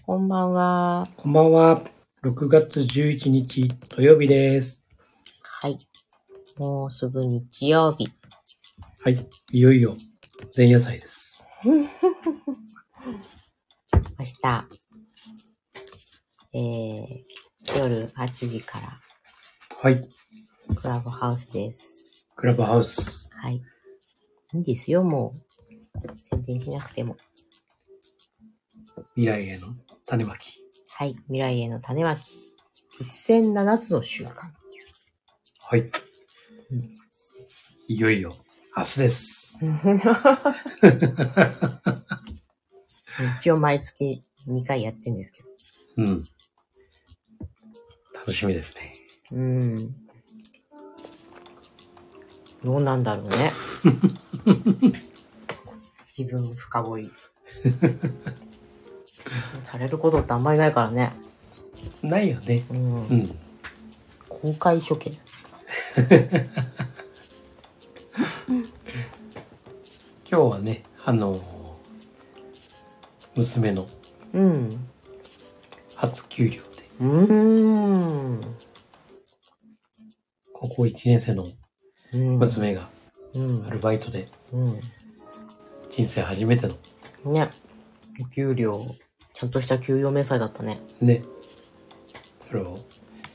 こんばんは。 こんばんは。6月11日土曜日です。 はい。もうすぐ日曜日。 はい。いよいよ前夜祭です。 明日、夜8時からはい。 クラブハウスです。 クラブハウス。 はい。いいですよ、もう。宣伝しなくても。 未来への種まき。 はい。未来への種まき。実践7つの習慣。 はい。いよいよ明日です。 一応毎月2回やってんですけど。 うん。楽しみですね。 どうなんだろうね。自分深掘り。されることってあんまりないからね。 ないよね。うん。 公開処刑。 今日はね、娘の初給料で、高校1年生の娘がアルバイトで、人生初めてのね、お給料、ちゃんとした給与明細だったね。 ね、それを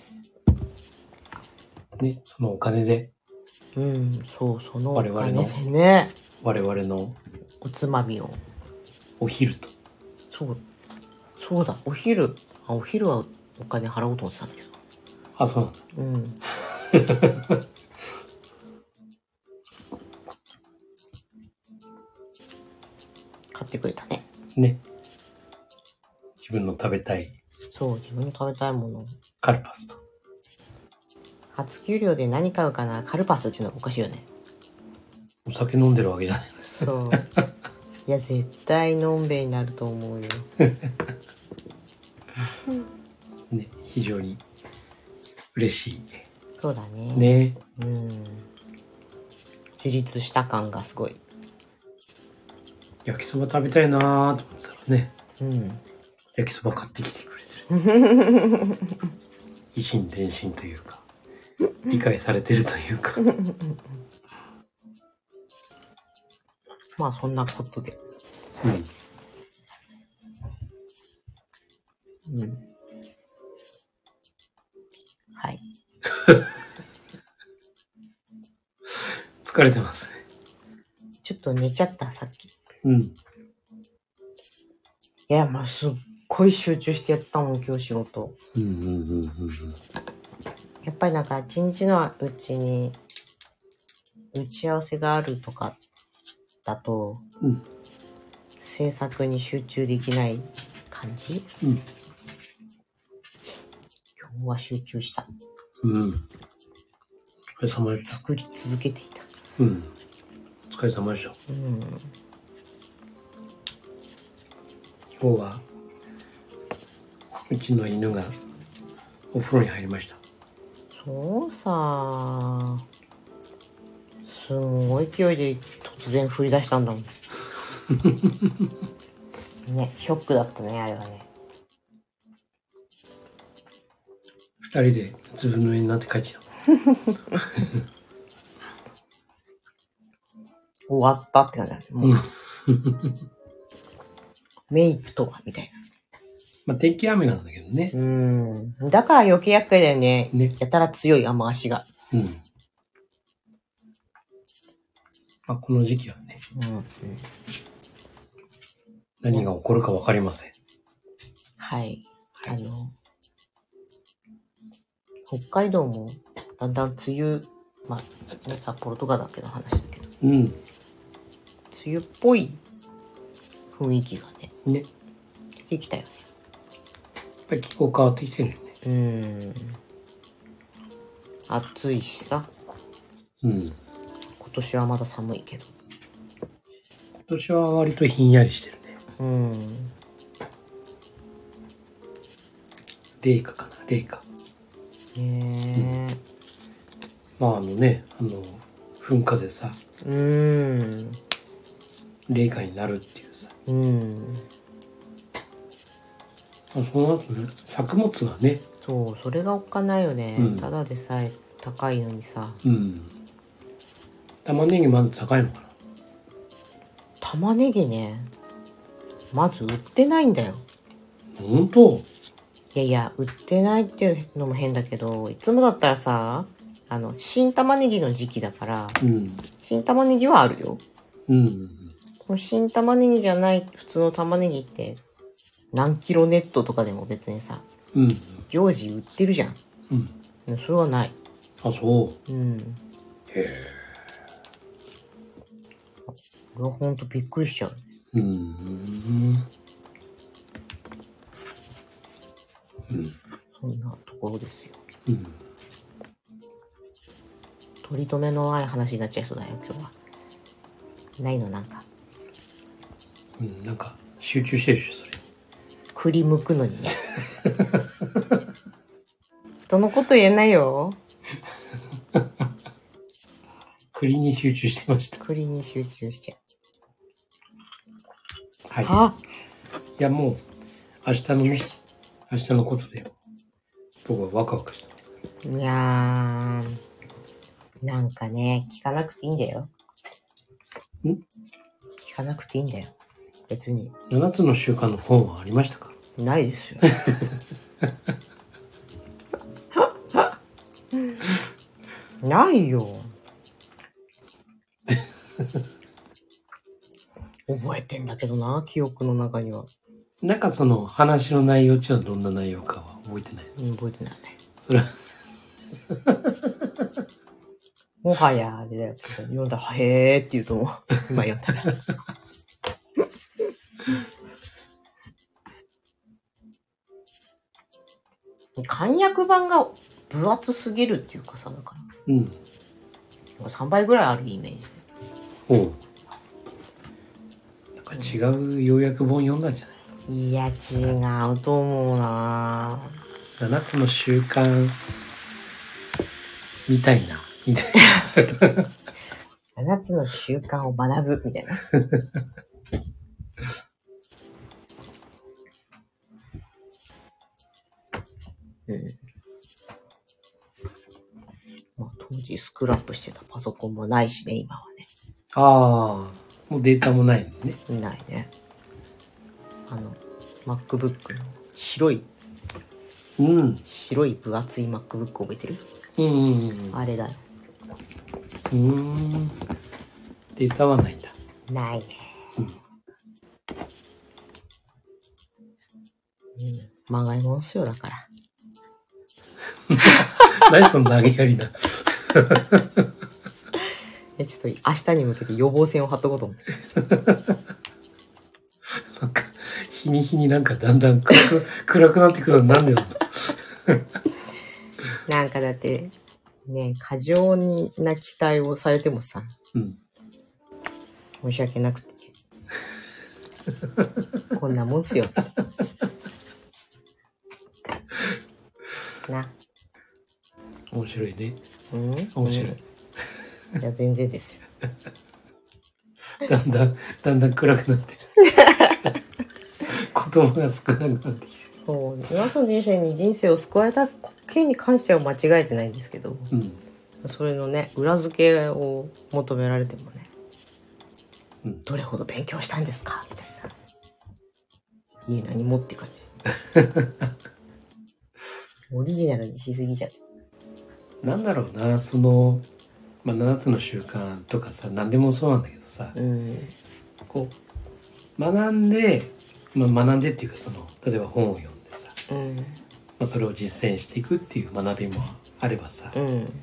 ね、そのお金で、 そう、そのお金でね、 我々のおつまみを。 お昼と。 そうだ、お昼はお金払おうと思ってたんだけど。 あ、そうなんだ。 買ってくれたね。 ね。自分の食べたい。 そう、自分の食べたいもの。 カルパスと。 初給料で何買うかな、カルパスっていうのはおかしいよね。 お酒飲んでるわけじゃない。 そう。いや、絶対のんべいになると思うよ。 ね、非常に嬉しい。 そうだね。 ね。 自立した感がすごい。 焼きそば食べたいなーと思ってたらね。焼きそば買ってきてくれてる。以心伝心というか、理解されてるというか。 まあそんなことで。はい。 疲れてますね。 ちょっと寝ちゃった、さっき。 いや、まあすっごい集中してやったもん、今日仕事。やっぱりなんか一日のうちに打ち合わせがあるとかだと、制作に集中できない感じ、今日は集中した。 お疲れ様でした。 作り続けていた。 お疲れ様でした。今日はうちの犬がお風呂に入りました。 そうさ、すんごい勢いで突然降り出したんだもん。ね、ショックだったね、あれはね。 二人でずぶ濡れになって帰ってきた。 終わったって感じだね。もうメイクとはみたいな。 まあ天気雨なんだけどね。 だから余計厄介だよね。やたら強い雨足が。 まあこの時期はね。何が起こるかわかりません。 はい。北海道もだんだん梅雨、まあ、ね、札幌とかだけの話だけど。梅雨っぽい雰囲気がね。出てきたよね。 やっぱり気候変わってきてるよね。 暑いしさ。今年はまだ寒いけど。 今年は割とひんやりしてるね。冷夏かな、冷夏。まあ噴火でさ、冷夏になるっていうさ。 そうなんですね。作物がね。 そう、それがおっかないよね。 うんただでさえ高いのにさ。 うん。玉ねぎまず高いのかな。 玉ねぎね、まず売ってないんだよ。 本当？ いやいや、売ってないっていうのも変だけど、いつもだったらさ、新玉ねぎの時期だから、 うん。 新玉ねぎはあるよ。 うん。 この新玉ねぎじゃない普通の玉ねぎって、何キロネットとかでも別にさ、 うん。 常時売ってるじゃん。 うん。 それはない。 あ、そう。 うん。 へえ。 これはほんとびっくりしちゃう。 うん。 そんなところですよ。 うん。 取り留めのない話になっちゃいそうだよ、今日は。ないのなんか。 うん、なんか集中してるでしょ、それ。 栗剥くのにね。人のこと言えないよ。 栗に集中してました。 栗に集中しちゃう。 はい。 あ、 いやもう明日のことで僕はワクワクしてますかいやー、なんかね、聞かなくていいんだよ。聞かなくていいんだよ。別に。 7つの習慣の本はありましたか？ ないですよ。ないよ。覚えてんだけどな、記憶の中には。 なんかその話の内容っていうのはどんな内容かは覚えてない。 覚えてないね。 それはもはやあれだよ。読んだらへーって言うと思う。今読んだら。簡約版が分厚すぎるっていうかさ、だから。3倍ぐらいあるイメージで。おう。なんか違う要約本読んだんじゃない？ いや、違うと思うな。 7つの習慣みたいな。 7つの習慣を学ぶみたいな。まあ、当時スクラップしてたパソコンもないしね、今はね。 ああ、もうデータもないのね。 ないね。MacBook の白い分厚い MacBook 覚えてる？あれだよ。 データはないんだ。 ないね。まがいもんっすよ、だから。 何その投げやりな。 ちょっと明日に向けて予防線を張っとこうと思って。 なんか日に日になんかだんだん暗くなってくるのなんでだろう。 なんかだってね、過剰な期待をされてもさ、申し訳なくてこんなもんっすよってな。 面白いね。面白い。いや全然ですよ。 だんだん暗くなって言葉が少なくなってきて。 そう、皆さんの人生に人生を救われた件に関しては間違えてないんですけど、それのね裏付けを求められてもね、どれほど勉強したんですかみたいな。いえ、何もって感じ。オリジナルにしすぎちゃって。 なんだろうな、その、7つの習慣とかさ、何でもそうなんだけどさ、こう学んでっていうか、その例えば本を読んでさ、それを実践していくっていう学びもあればさ、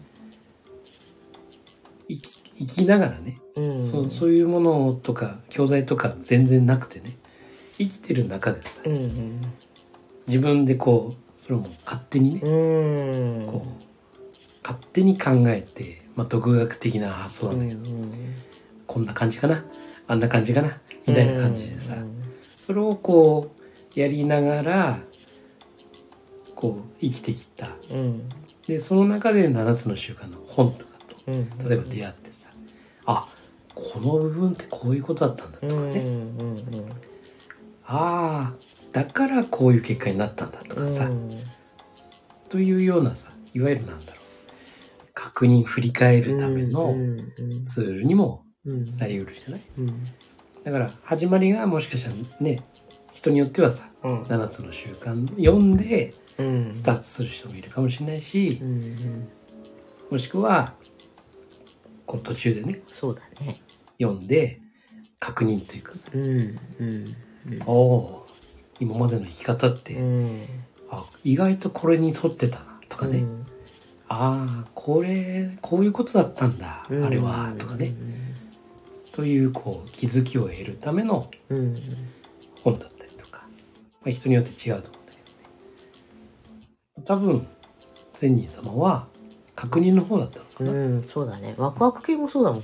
生きながらね、そういうものとか教材とか全然なくてね、生きてる中でさ、自分でこうそれも勝手にね、こう勝手に考えて、独学的な発想なんだけど、こんな感じかな、あんな感じかなみたいな感じでさ、それをこうやりながらこう生きてきた、でその中で7つの習慣の本とかと、例えば出会ってさ、あ、この部分ってこういうことだったんだとかね、ああだからこういう結果になったんだとかさ、というようなさ、いわゆるなんだろう、確認振り返るためのツールにもなりうるじゃない、だから始まりがもしかしたらね、人によってはさ、7つの習慣読んでスタートする人もいるかもしれないし、もしくはこう途中でね、 そうだね、 読んで確認というかさ、おお、今までの生き方って、あ、意外とこれに沿ってたなとかね、ああ、こういうことだったんだ、あれはとかね、というこう気づきを得るための本だったりとか、人によって違うと思うんだけどね。多分仙人様は確認の方だったのかな。 そうだね。ワクワク系もそうだもん。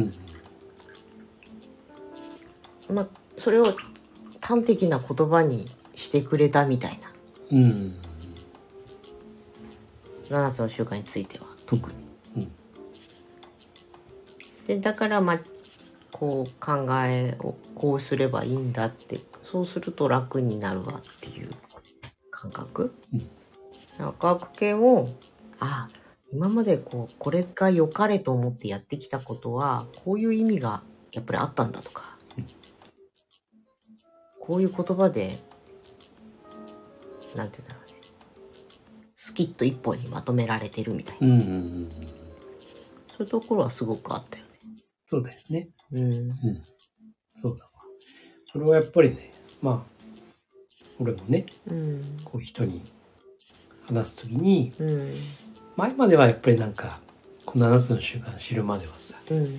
まあそれを端的な言葉にしてくれたみたいな。7つの習慣については特に。でだからまあこう考えをこうすればいいんだって、そうすると楽になるわっていう感覚。ワクワク系も今までこれが良かれと思ってやってきたことはこういう意味がやっぱりあったんだとか、こういう言葉でなんていうんだろうね、スキッと一本にまとめられてるみたいな、そういうところはすごくあったよね。 そうだよね。そうだわ。それはやっぱりね、まあ俺もね、こう人に話すときに、前まではやっぱりなんかこの7つの習慣知るまではさ、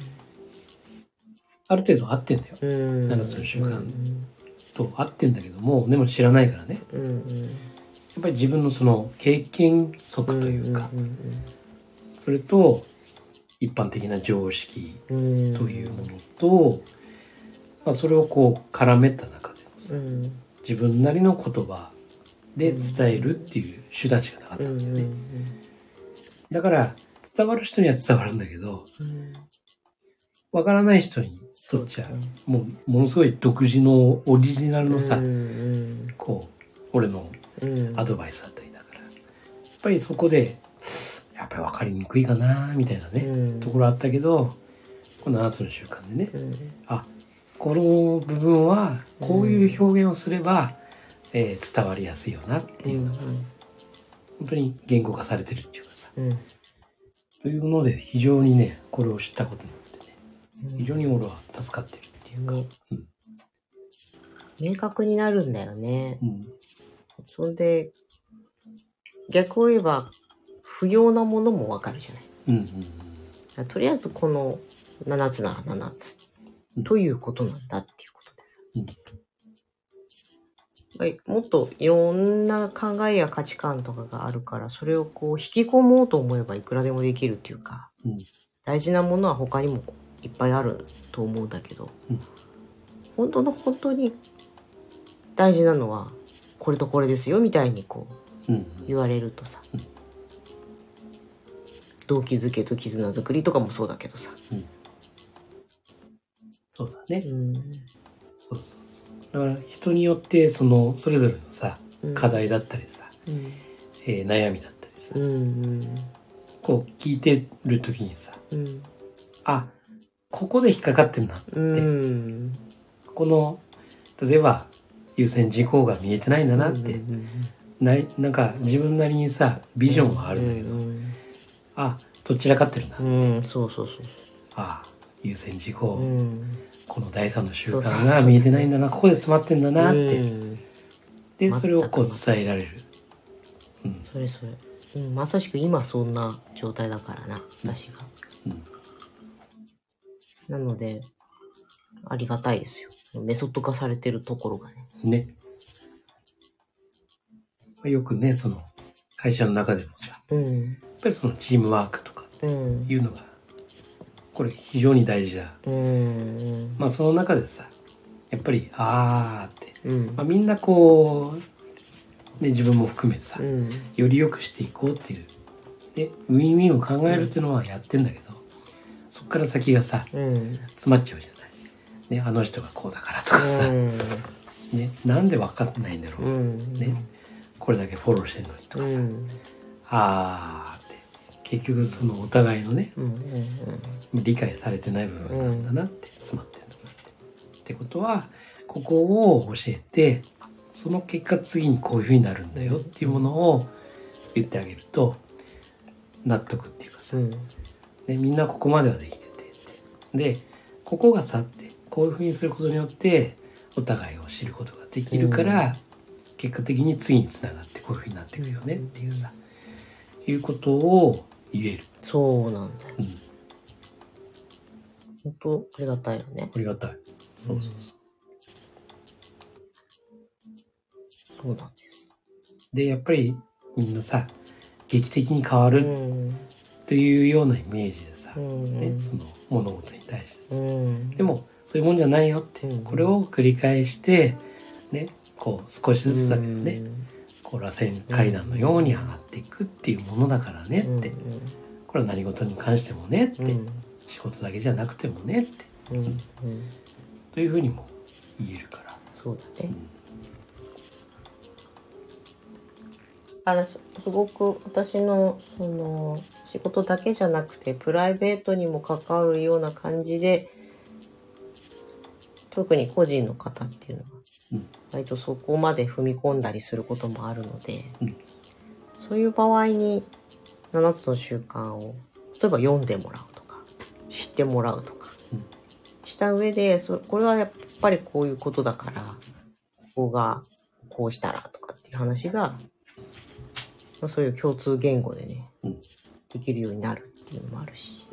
ある程度合ってんだよ、7つの習慣と合ってんだけども、でも知らないからね、やっぱり自分のその経験則というか、それと一般的な常識というものと、それをこう絡めた中でもさ、自分なりの言葉で伝えるっていう手段しかなかったんだよね。だから伝わる人には伝わるんだけど、わからない人にとっちゃものすごい独自のオリジナルのさ、こう俺のアドバイスだったりだから、やっぱりそこでやっぱり分かりにくいかなみたいなね、ところあったけど、この7つの習慣でね、この部分はこういう表現をすれば、伝わりやすいよなっていうのが、本当に言語化されてるっていうかさ、というので非常にね、これを知ったことによってね、非常に俺は助かってるっていうか、 明確になるんだよね。それで逆を言えば不要なものもわかるじゃない。とりあえずこの7つなら7つということなんだっていうことでさ、もっといろんな考えや価値観とかがあるから、それをこう引き込もうと思えばいくらでもできるっていうか、大事なものは他にもいっぱいあると思うんだけど、本当に大事なのはこれとこれですよみたいにこう言われるとさ、動機づけと絆作りとかもそうだけどさ、 そうだね、そうだから人によってそれぞれのさ、課題だったりさ、悩みだったりさ、こう聞いてる時にさ、ここで引っかかってるなって、この例えば優先事項が見えてないんだなって、なんか自分なりにさビジョンはあるんだけど、どちらかってるな、優先事項、この第3の習慣が見えてないんだな、ここで詰まってんだなって、でそれをこう伝えられる、 それ、まさしく今そんな状態だからな、私が、なのでありがたいですよ、メソッド化されてるところがね。 よくね、その会社の中でもさ、やっぱりそのチームワークとかいうのがこれ非常に大事だ。その中でさ、やっぱりって、みんなこう、自分も含めてさ、より良くしていこうっていうでウィンウィンを考えるっていうのはやってんだけど、そっから先がさ、詰まっちゃうじゃない。あの人がこうだからとかさ、 ね、なんで分かってないんだろう、ね、これだけフォローしてんのにとかさ、あーって結局そのお互いのね、理解されてない部分なんだなって詰まってるんだなってことは、ここを教えて、その結果次にこういう風になるんだよっていうものを言ってあげると納得っていうかさ、でみんなここまではできててでここがさってこういう風にすることによってお互いを知ることができるから、結果的に次につながってこういう風になっていくよねっていうさ、いうことを言える。 そうなんだよ、本当ありがたいよね。 ありがたい。そうそうそう、 そうなんです。 でやっぱりみんなさ劇的に変わるというようなイメージでさ、ね、その物事に対してさ、でもそういうもんじゃないよって、これを繰り返してね、こう少しずつだけどね、こう螺旋階段のように上がっていくっていうものだからねって、これは何事に関してもねって、仕事だけじゃなくてもねって、というふうにも言えるから。 そうだね。すごく私のその仕事だけじゃなくてプライベートにも関わるような感じで、特に個人の方っていうのは割とそこまで踏み込んだりすることもあるので、そういう場合に7つの習慣を例えば読んでもらうとか知ってもらうとかした上で、これはやっぱりこういうことだからここがこうしたらとかっていう話が、そういう共通言語でね、できるようになるっていうのもあるし、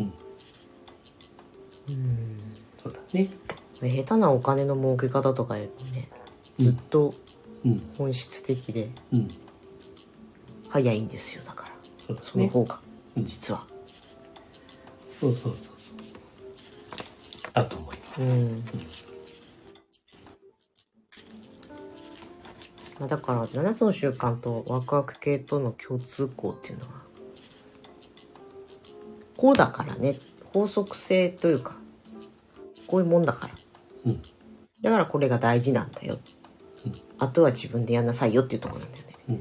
そうだね。 下手なお金の儲け方とかよりもね、ずっと本質的で早いんですよ。だから、その方が実は、 そうだと思います。 だから7つの習慣とワクワク系との共通項っていうのはこうだからね、法則性というかこういうもんだから、だからこれが大事なんだよ、あとは自分でやんなさいよっていうところなんだよね。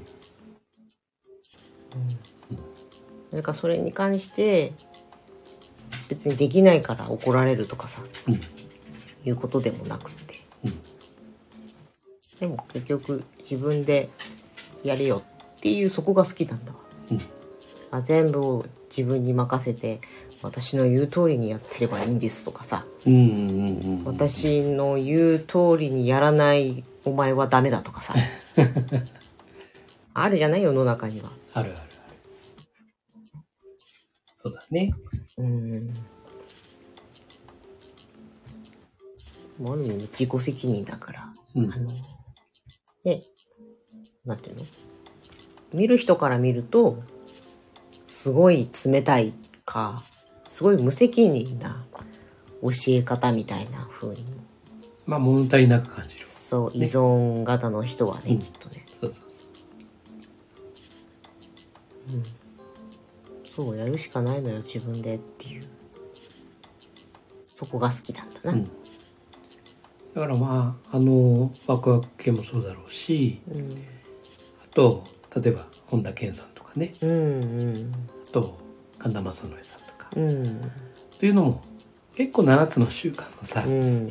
だからそれに関して別にできないから怒られるとかさ、いうことでもなくて、でも結局自分でやれよっていう、そこが好きなんだわ。全部を自分に任せて私の言う通りにやってればいいんですとかさ、私の言う通りにやらないお前はダメだとかさあるじゃない、世の中には。 ある。そうだね。 ある意味自己責任だから、ね、なんていうの、見る人から見るとすごい冷たいか、すごい無責任な教え方みたいな風に、 物足りなく感じる。 そう、依存型の人はね、きっとね。そうやるしかないのよ自分でっていう、そこが好きなんだな。 だからワクワク系もそうだろうし、あと例えば本田健さんとかね、あと神田正則さんとか、というのも結構7つの習慣のさ、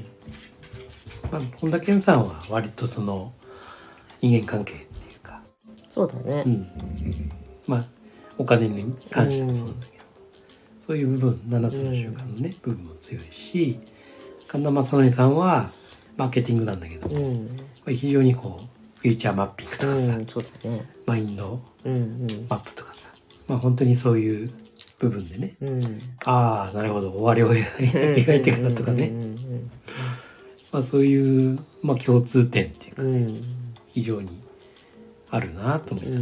本田健さんは割とその人間関係っていうか、 そうだね、 お金に関してもそうなんだけど、そういう部分7つの習慣のね、部分も強いし、神田正則さんはマーケティングなんだけども、非常にこうフューチャーマッピングとかさ、 そうだね、 マインドマップとかさ、本当にそういう部分でね、ああなるほど、終わりを描いてからとかね、そういう共通点っていうかね、非常にあるなと思った、だ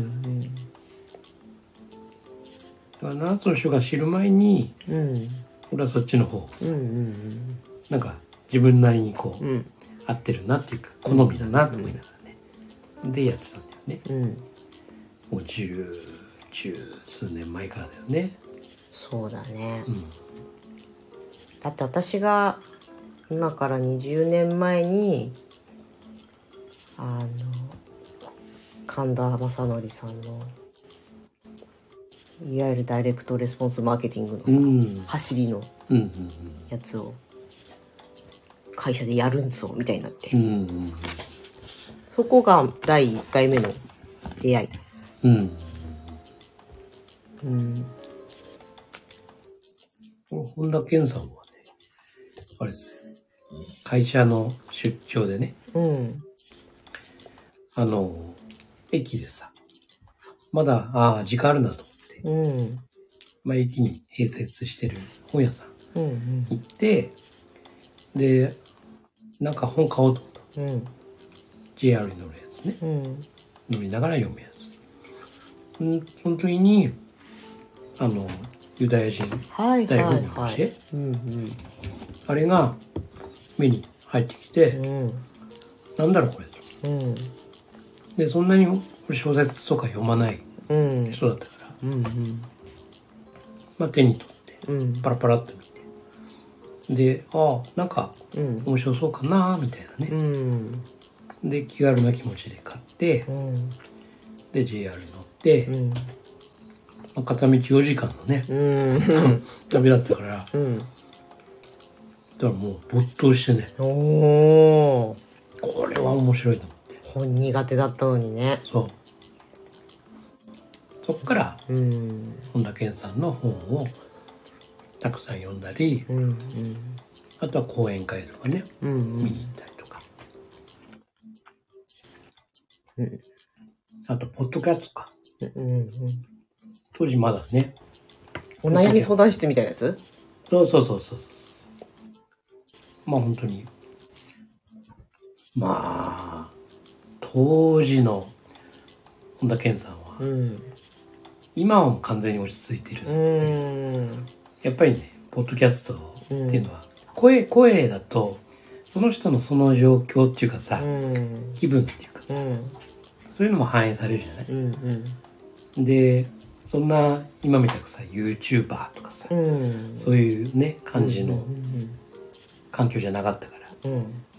から7つの習慣知る前に、俺はそっちの方をさ、なんか自分なりにこう、合ってるなっていうか好みだなと思いながらね、でやってたんだよね。もう十数年前からだよね。 そうだね、だって私が今から20年前に神田正則さんのいわゆるダイレクトレスポンスマーケティングのさ、走りのやつを会社でやるんぞみたいになって、そこが第1回目の出会い。 本田健さんはね、あれですよ、会社の出張でね、駅でさ、まだ時間あるなと思って、駅に併設してる本屋さん行って、でなんか本買おうと思った、JR に乗るやつね、乗りながら読むやつ。その時にユダヤ人大本に教え、あれが目に入ってきて、なんだろうこれと、でそんなに小説とか読まない人だったから、手に取ってパラパラっと見て、でなんか面白そうかなみたいなね、で気軽な気持ちで買って、で JR に乗って、片道4時間のね、旅だったから、だからもう没頭してね、これは面白いと思って。 本苦手だったのにね。 そっから、本田健さんの本をたくさん読んだり、あとは講演会とかね、見に行ったりとか、あとポッドキャストか、当時まだね、 お悩み相談室みたいなやつ？ そう。本当に当時の本田健さんは、今はもう完全に落ち着いてる、やっぱりね、ポッドキャストっていうのは、声だとその人のその状況っていうかさ、気分っていうかさ、そういうのも反映されるじゃない、でそんな今みたくさ YouTuber とかさ、そういうね感じの環境じゃなかったから、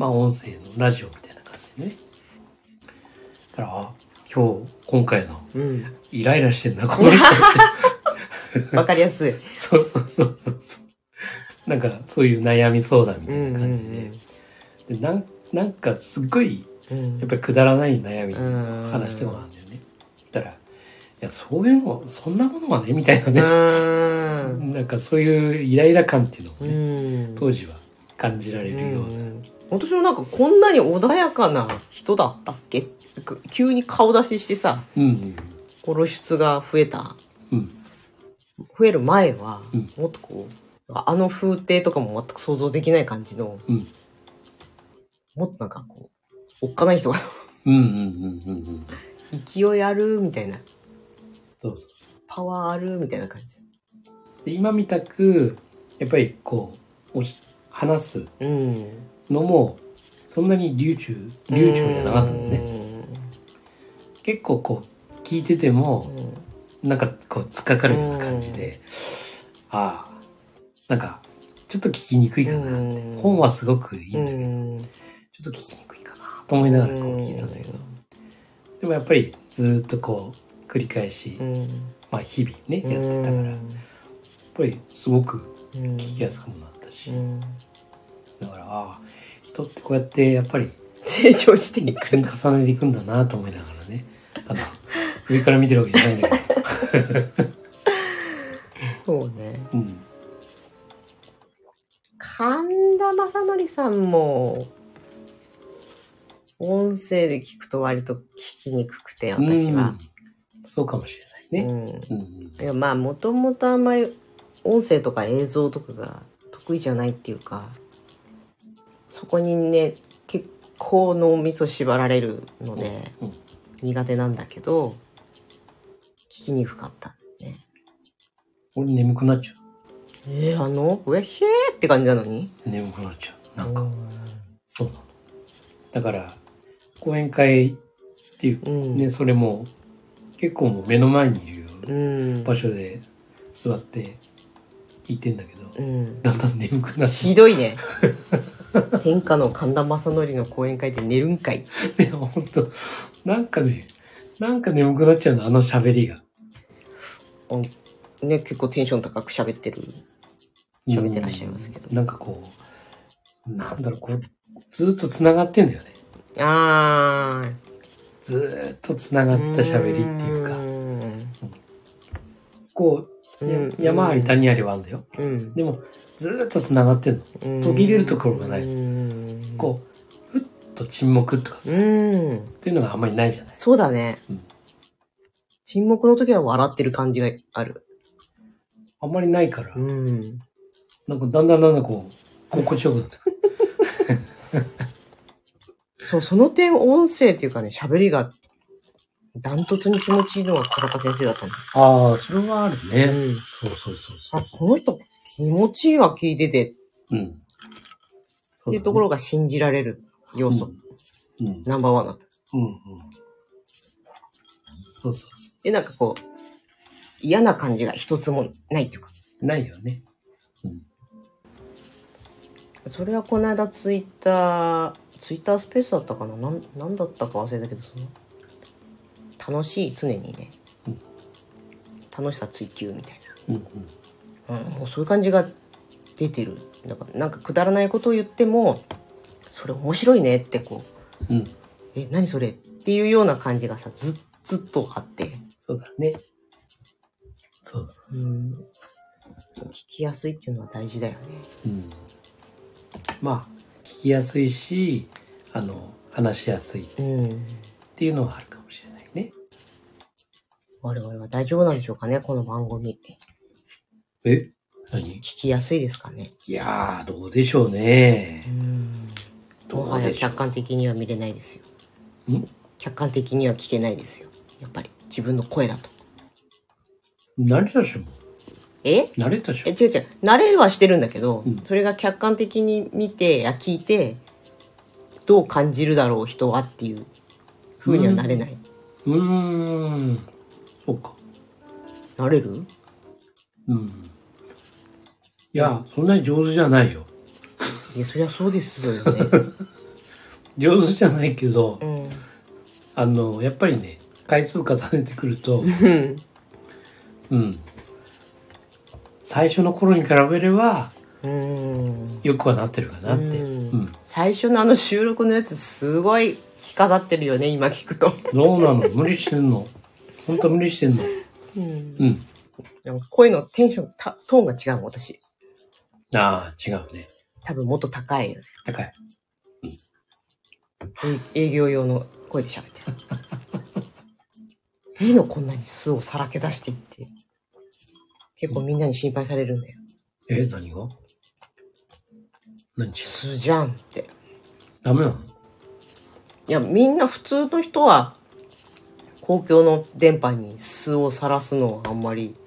音声のラジオみたいな感じでね。だから今回のイライラしてんなこの人ってわかりやすい。 そうなんかそういう悩み相談みたいな感じで、でなんかすっごいやっぱりくだらない悩みの話とかなんだよね。だからいやそういうのそんなものはねみたいなね、なんかそういうイライラ感っていうのもね、当時は感じられるような。 私もなんかこんなに穏やかな人だったっけ？急に顔出ししてさ、露出が増えた、増える前は、もっとこう風景とかも全く想像できない感じの、もっとなんかこうおっかない人が勢いあるみたいな、パワーあるみたいな感じで、今みたくやっぱりこう話すのもそんなに流暢じゃなかったんだね。結構こう聞いてても、なんかこう突っかかるような感じで、なんかちょっと聞きにくいかなって、本はすごくいいんだけど、ちょっと聞きにくいかなと思いながらこう聞いてたんだけど、でもやっぱりずっとこう繰り返し、日々ねやってたから、やっぱりすごく聞きやすくもなったし、だから人ってこうやってやっぱり成長していく、 積み重ねていくんだなと思いながらね、上から見てるわけじゃないんだけどそうね、神田正則さんも音声で聞くと割と聞きにくくて、私は、 そうかもしれないね。 いやもともとあんまり音声とか映像とかが得意じゃないっていうか、そこにね結構脳みそ縛られるので苦手なんだけど、聞きにくかったね。 俺眠くなっちゃう。 うわひえーって感じなのに眠くなっちゃう。なんかそうなの。だから講演会っていうね、それも結構もう目の前にいるよ、場所で座って聞いてんだけど、だんだん眠くなって。 ひどいね。 天下の神田正則の講演会で寝るんかい。 いや、ほんと、なんか眠くなっちゃうの、あの喋りが。 ね、結構テンション高く喋ってらっしゃいますけど。 なんかこう、なんだろう、こう、ずっと繋がってんだよね。ずーっと繋がった喋りっていうか、こう、山あり谷ありはあるんだよ。でも、ずーっと繋がってんの。途切れるところがない。こう、ふっと沈黙とかさ、っていうのがあんまりないじゃない。 そうだね。沈黙の時は笑ってる感じがある。 あんまりないから、なんかだんだんこう、心地よくなってくる。 そう、その点音声っていうかね、喋りがダントツに気持ちいいのが小坂先生だったんだ。 ああ、それはあるね。そう。 この人気持ちいいわ、聞いてて。っていうところが信じられる要素。ナンバーワンだった。 そう。 で、なんかこう、嫌な感じが一つもないっていうか。 ないよね。 それはこの間ツイッタースペースだったかな、なんだったか忘れたけど、楽しい、常にね、楽しさ追求みたいな、もうそういう感じが出てる。なんかくだらないことを言っても、それ面白いねってこう、何それっていうような感じがさ、ずっとあって。 そうだね。そう。 聞きやすいっていうのは大事だよね。 まあ、聞きやすいし、話しやすいっていうのはあるかもしれないね。 我々は大丈夫なんでしょうかね、この番組。 何？ 聞きやすいですかね。 いやー、どうでしょうね。 もはや客観的には見れないですよ。客観的には聞けないですよ。やっぱり自分の声だと。 慣れたでしょ。慣れたでしょ。 違う。慣れはしてるんだけど、それが客観的に見て、聞いて、どう感じるだろう人はっていう風にはなれない。 そうか。 なれる？ いや、そんなに上手じゃないよ。 いや、そりゃそうですよね。 上手じゃないけど、やっぱりね、回数重ねてくると、最初の頃に比べれば、よくはなってるかなって。 最初の収録のやつすごい着飾ってるよね、今聞くと。 そうなの、無理してんの。本当無理してんの。 声のテンション、トーンが違うもん、私。 ああ、違うね。 多分もっと高いよね。 高い。 営業用の声で喋ってる。いいの、こんなに素をさらけ出していって。結構みんなに心配されるんだよ。 何が？ 素じゃんって。 ダメなの？ いや、みんな普通の人は公共の電波に素を晒すのはあんまり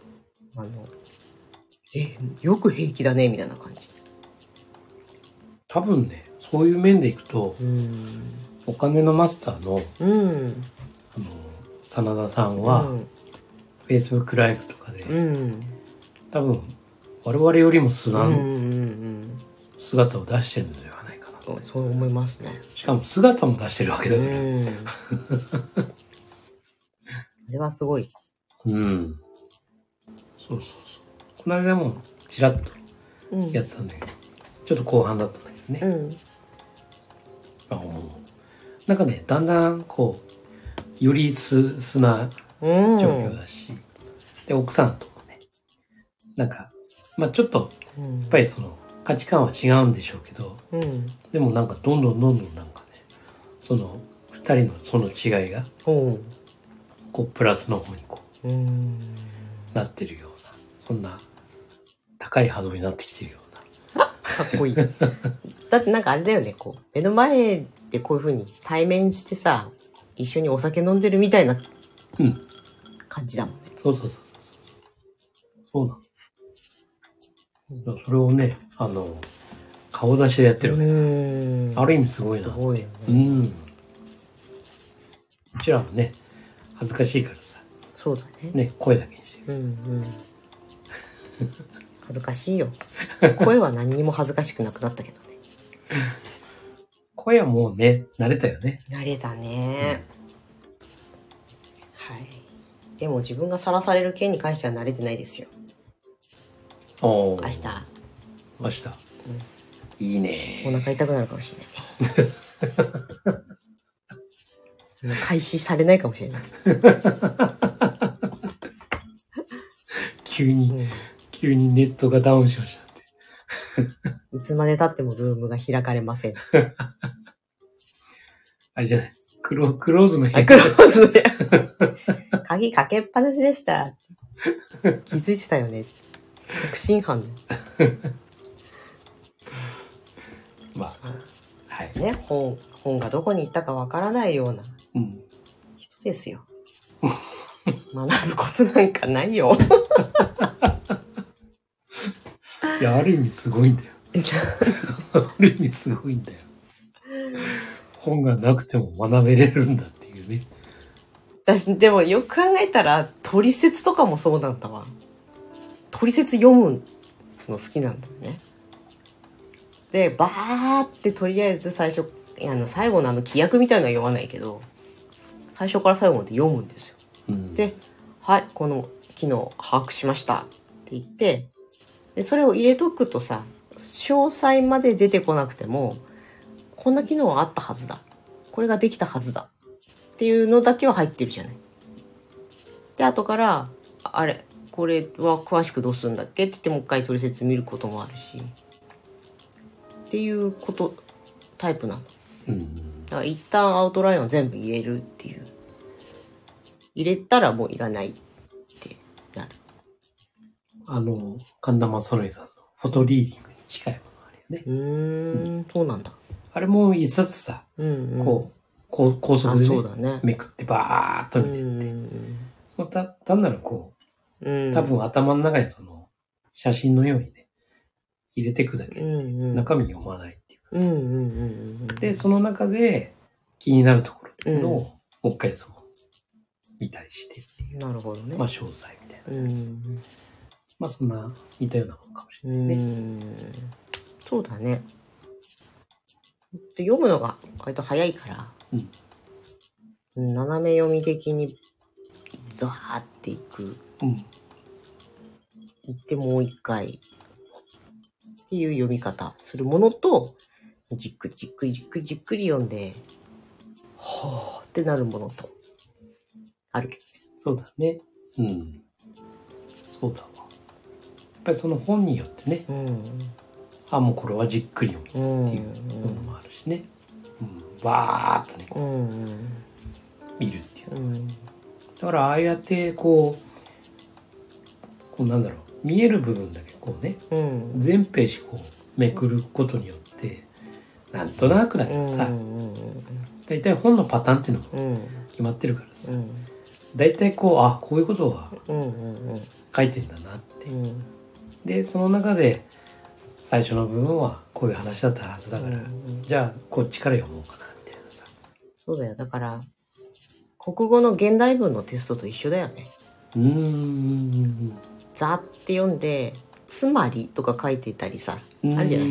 よく平気だねみたいな感じ。 多分ね、そういう面でいくと、お金のマスターの真田さんは、Facebook ライブとかで、多分我々よりも素な姿を出してるのではないかなと。 そう思いますね。 しかも姿も出してるわけだから。 それはすごい。 そう。この間もちらっとやってたんだけど、ちょっと後半だったんだけどね。なんかね、だんだんこうより素な状況だし、で奥さんともね、なんかまあちょっとやっぱりその価値観は違うんでしょうけど、でもなんかどんどんなんかね、その2人のその違いがこうプラスの方にこうなってるような、そんな高い波動になってきてるような。 かっこいい。だってなんかあれだよね、こう目の前でこういう風に対面してさ、一緒にお酒飲んでるみたいな感じだもんね。 そうなの。それをね、顔出しでやってるわけだ。ある意味すごいな。 すごいよね。 うちらもね、恥ずかしいからさ。 そうだね。 ね、声だけにしてる。 恥ずかしいよ。声は何にも恥ずかしくなくなったけどね。 声はもうね、慣れたよね。 慣れたね、はい。でも自分がさらされる件に関しては慣れてないですよ。明日、 いいね。 お腹痛くなるかもしれない。開始されないかもしれない。 急にネットがダウンしましたって。 いつまで経ってもルームが開かれません。 あれじゃない。クローズの部屋。 クローズの部屋。鍵かけっぱなしでした。気づいてたよね。確信犯。 まあ、はい。 ね、本がどこに行ったかわからないような人ですよ。学ぶことなんかないよ。 いや、ある意味すごいんだよ。ある意味すごいんだよ。本がなくても学べれるんだっていうね。 私、でもよく考えたら、トリセツとかもそうなんだわ。トリセツ読むの好きなんだよね。で、バーってとりあえず最後の規約みたいなのは読まないけど、最初から最後まで読むんですよ。で、はい、この機能把握しましたって言って、でそれを入れとくとさ、詳細まで出てこなくても、こんな機能はあったはずだ。これができたはずだ。っていうのだけは入ってるじゃない。で、後から、あれ、これは詳しくどうするんだっけって言ってもう一回トリセツ見ることもあるし。っていうタイプなの。だから一旦アウトラインを全部入れるっていう。入れたらもういらないってなる。 神田正則さんのフォトリーディングに近いものあるよね。 そうなんだ。 あれも一冊さ、高速でね、めくってバーっと見てって。単なる多分頭の中にその写真のようにね、入れていくだけで、中身読まないっていうかさ。で、その中で気になるところっていうのをもう一回見たりしてっていう。 なるほどね。 まあ詳細みたいな。まあそんな似たようなものかもしれないね。 そうだね。で読むのが割と早いから、斜め読み的にザーっていく。行ってもう一回っていう読み方するものと、じっくり読んで、はぁってなるものと、あるけどね。 そうだね。そうだわ。やっぱりその本によってね、もうこれはじっくり読むっていうものもあるしね。バーっとね、見るっていう。だからああやってなんだろう、見える部分だけ全ページめくることによって、なんとなくだけどさ、だいたい本のパターンっていうのも決まってるからさ、だいたいこういうことは書いてんだなって。で、その中で最初の部分はこういう話だったはずだから、じゃあこっちから読もうかなみたいなさ。 そうだよ。だから国語の現代文のテストと一緒だよね。ざって読んで、つまりとか書いてたりさ、あるじゃない。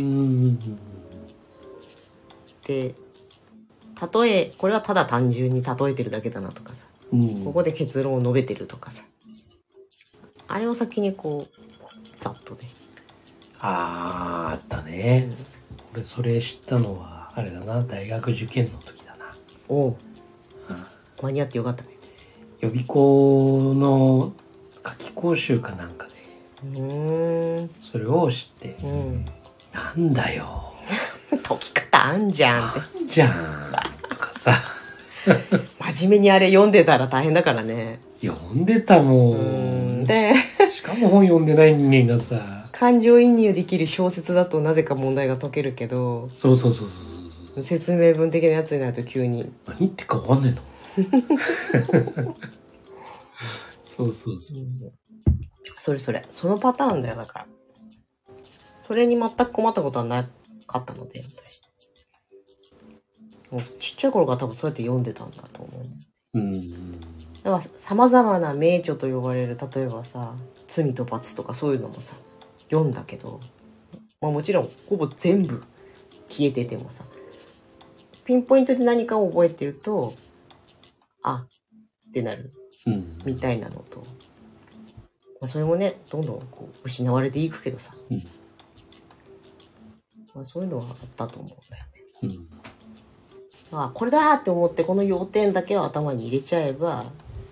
で、これはただ単純に例えてるだけだなとかさ、ここで結論を述べてるとかさ、あれを先にざっとね。 あったね。俺それ知ったのはあれだな、大学受験の時だな。 間に合ってよかったね。 予備校の夏期講習かなんかで、それを知って、なんだよ。 解き方あんじゃんって。 あんじゃんとかさ。 真面目にあれ読んでたら大変だからね。 読んでたもん。で、しかも本読んでない人間がさ、 感情移入できる小説だとなぜか問題が解けるけど、 そう説明文的なやつになると急に何言ってか分かんないの。そうそのパターンだよ。だからそれに全く困ったことはなかったので、私もうちっちゃい頃から多分そうやって読んでたんだと思う。だから様々な名著と呼ばれる、例えばさ、罪と罰とかそういうのもさ読んだけど、もちろんほぼ全部消えててもさ、ピンポイントで何かを覚えてると、あってなるみたいなのと、まあ、それもねどんどんこう失われていくけどさ、まあ、そういうのはあったと思うんだよね。まあこれだって思ってこの要点だけを頭に入れちゃえば、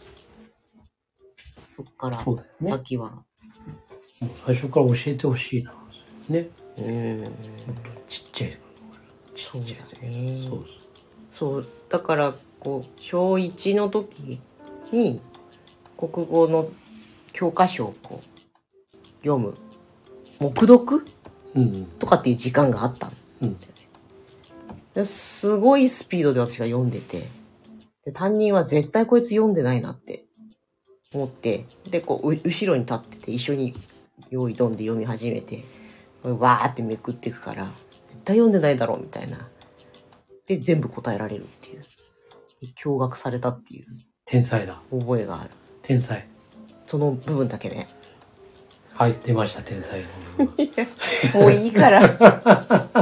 そっから先は、 もう最初から教えてほしいなね。ちっちゃい。 そうだね。そうだからこう小1の時に国語の教科書をこう読む黙読、とかっていう時間があったんだよね。すごいスピードで私が読んでて、で担任は絶対こいつ読んでないなって思って、でこう後ろに立ってて一緒に用意どんで読み始めて、わーってめくっていくから絶対読んでないだろうみたいなで全部答えられるっていう、驚愕されたっていう天才だ。 覚えがある。 天才。 その部分だけね。 はい、出ました天才の部分。 もういいから。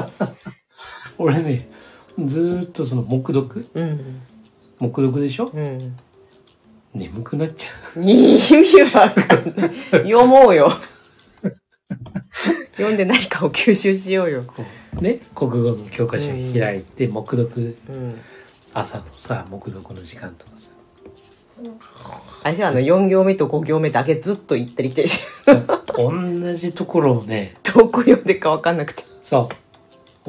俺ね、ずーっとその黙読、黙読でしょ、眠くなっちゃう。 意味わかんない。読もうよ。読んで何かを吸収しようよ。 ね、国語の教科書を開いて、黙読、朝のさ、黙読の時間とかさ。 私は4行目と5行目だけずっと行ったり来たりして。 同じところをね、 どこ読んでか分かんなくて。 そう。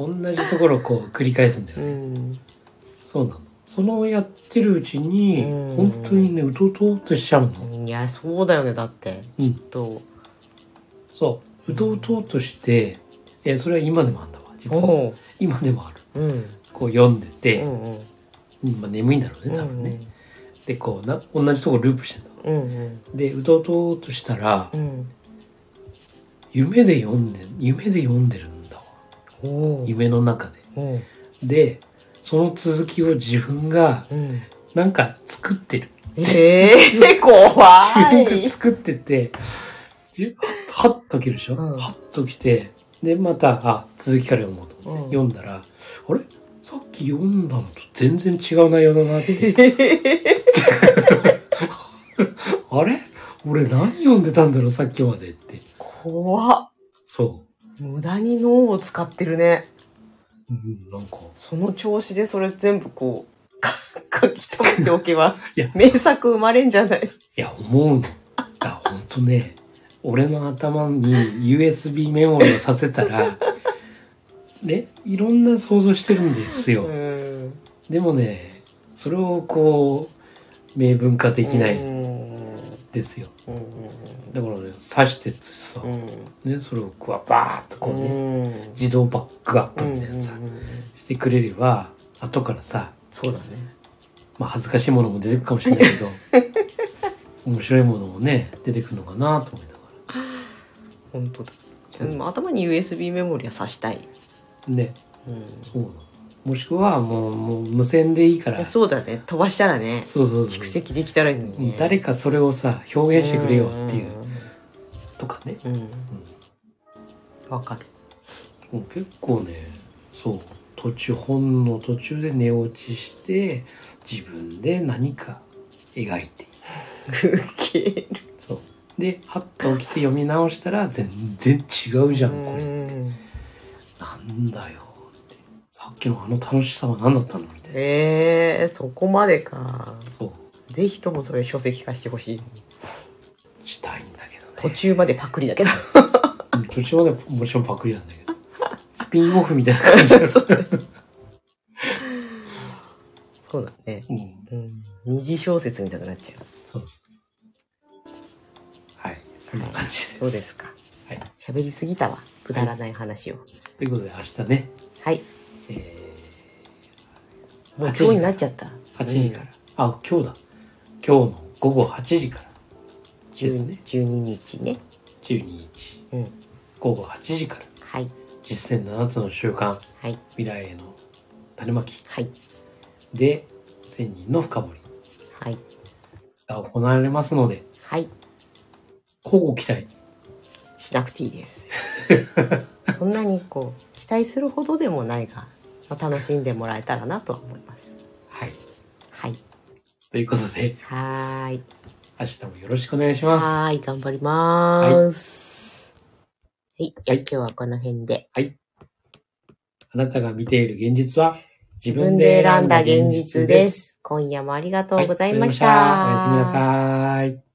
同じところをこう繰り返すんだよね。そうなの。そのやってるうちに、本当にね、うとうとうとしちゃうの。 いや、そうだよね、だって。きっと。 そう。うとうとうとして、それは今でもあるんだわ。実は。今でもある。こう読んでて、まあ、眠いんだろうね、多分ね。で、こう同じところループしてんだ。で、うとうとうとしたら、夢で読んでるんだわ。夢の中で。で、その続きを自分がなんか作ってる。 怖い。 自分が作ってて、はっと起きるでしょ、はっと起きて、で、また、続きから読もうと思って、読んだら、あれさっき読んだのと全然違う内容だなって。あれ俺何読んでたんだろうさっきまでって。 怖っ。 そう。 無駄に脳を使ってるね。 なんか。 その調子でそれ全部こう、書き留めておけば、名作生まれんじゃない？ いや、思うの。ほんとね、俺の頭に USB メモリをさせたら、ね、いろんな想像してるんですよ。でもね、それをこう、明文化できないですよ。だからね、刺してってさ、ね、それをこうバーッとこうね、自動バックアップみたいなさ、してくれれば、後からさ、 そうだね。まあ恥ずかしいものも出てくるかもしれないけど、面白いものもね、出てくるのかなと思いながら。 本当だ。頭に USB メモリは挿したい。 ね。そうなの。もしくはもう無線でいいから。 そうだね。飛ばしたらね。 そう蓄積できたらいいのにね。 誰かそれをさ、表現してくれよっていう。とかね。 わかる。 もう結構ね、そう。本の途中で寝落ちして、自分で何か描いている。そう。で、はっと起きて読み直したら全然違うじゃん、これって。なんだよって。さっきの楽しさは何だったのみたいな。 そこまでか。 そう。 ぜひともそれ書籍化してほしい。 したいんだけどね。 途中までパクリだけど。 途中までもちろんパクリなんだけど。スピンオフみたいな感じだ。 そうだね。二次小説みたいになっちゃう。 そう。はい。そんな感じです。 そうですか。 はい。 喋りすぎたわ。くだらない話を。 ということで明日ね。 はい。もう今日になっちゃった。 8時から。今日だ。今日の午後8時から。ですね。 12日ね。 12日。午後8時から。 はい。 実践7つの習慣。 はい。 未来への種まき。 はい。 で、1000人の深掘り。 はい。 が行われますので。 はい。 交互期待。 しなくていいです。そんなにこう、 待するほどでもないが、楽しんでもらえたらなとは思います。 はい。 はい。 ということで。 はい。 明日もよろしくお願いします。 はい、頑張ります。はい。じゃあ今日はこの辺で。 はい。あなたが見ている現実は自分で選んだ現実です。今夜もありがとうございました。 おやすみなさい。